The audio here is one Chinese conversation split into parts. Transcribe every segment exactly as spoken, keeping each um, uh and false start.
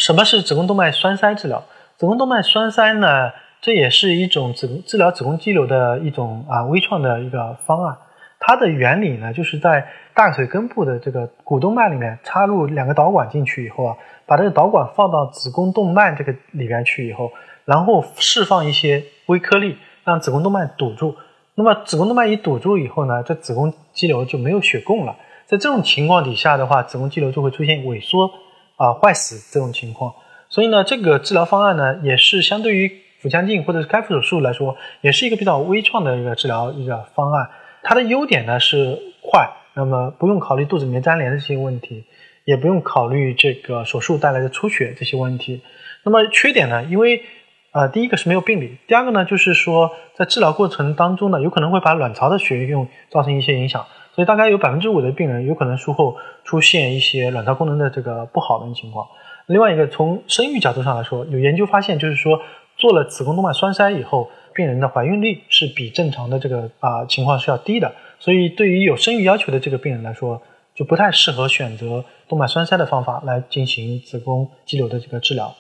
什么是子宫动脉栓塞治疗？子宫动脉栓塞呢，这也是一种子宫治疗子宫肌瘤的一种啊微创的一个方案。它的原理呢，就是在大腿根部的这个股动脉里面插入两个导管进去以后啊，把这个导管放到子宫动脉这个里边去以后，然后释放一些微颗粒，让子宫动脉堵住。那么子宫动脉一堵住以后呢，这子宫肌瘤就没有血供了。在这种情况底下的话，子宫肌瘤就会出现萎缩啊、坏死这种情况。所以呢，这个治疗方案呢，也是相对于腹腔镜或者是开腹手术来说，也是一个比较微创的一个治疗一个方案。它的优点呢是快，那么不用考虑肚子里面粘连的这些问题，也不用考虑这个手术带来的出血这些问题。那么缺点呢，因为呃，第一个是没有病理，第二个呢就是说在治疗过程当中呢，有可能会把卵巢的血液用造成一些影响，所以大概有 百分之五 的病人有可能术后出现一些卵巢功能的这个不好的情况。另外一个从生育角度上来说，有研究发现就是说做了子宫动脉栓塞以后，病人的怀孕率是比正常的这个啊、呃、情况是要低的，所以对于有生育要求的这个病人来说，就不太适合选择动脉栓塞的方法来进行子宫肌瘤的这个治疗。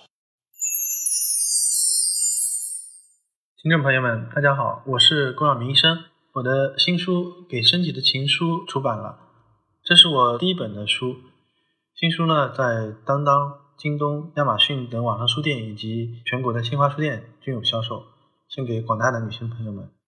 听众朋友们，大家好，我是龚晓明医生。我的新书《给身体的情书》出版了，这是我第一本的书。新书呢，在当当、京东、亚马逊等网上书店以及全国的新华书店均有销售，献给广大的女性朋友们。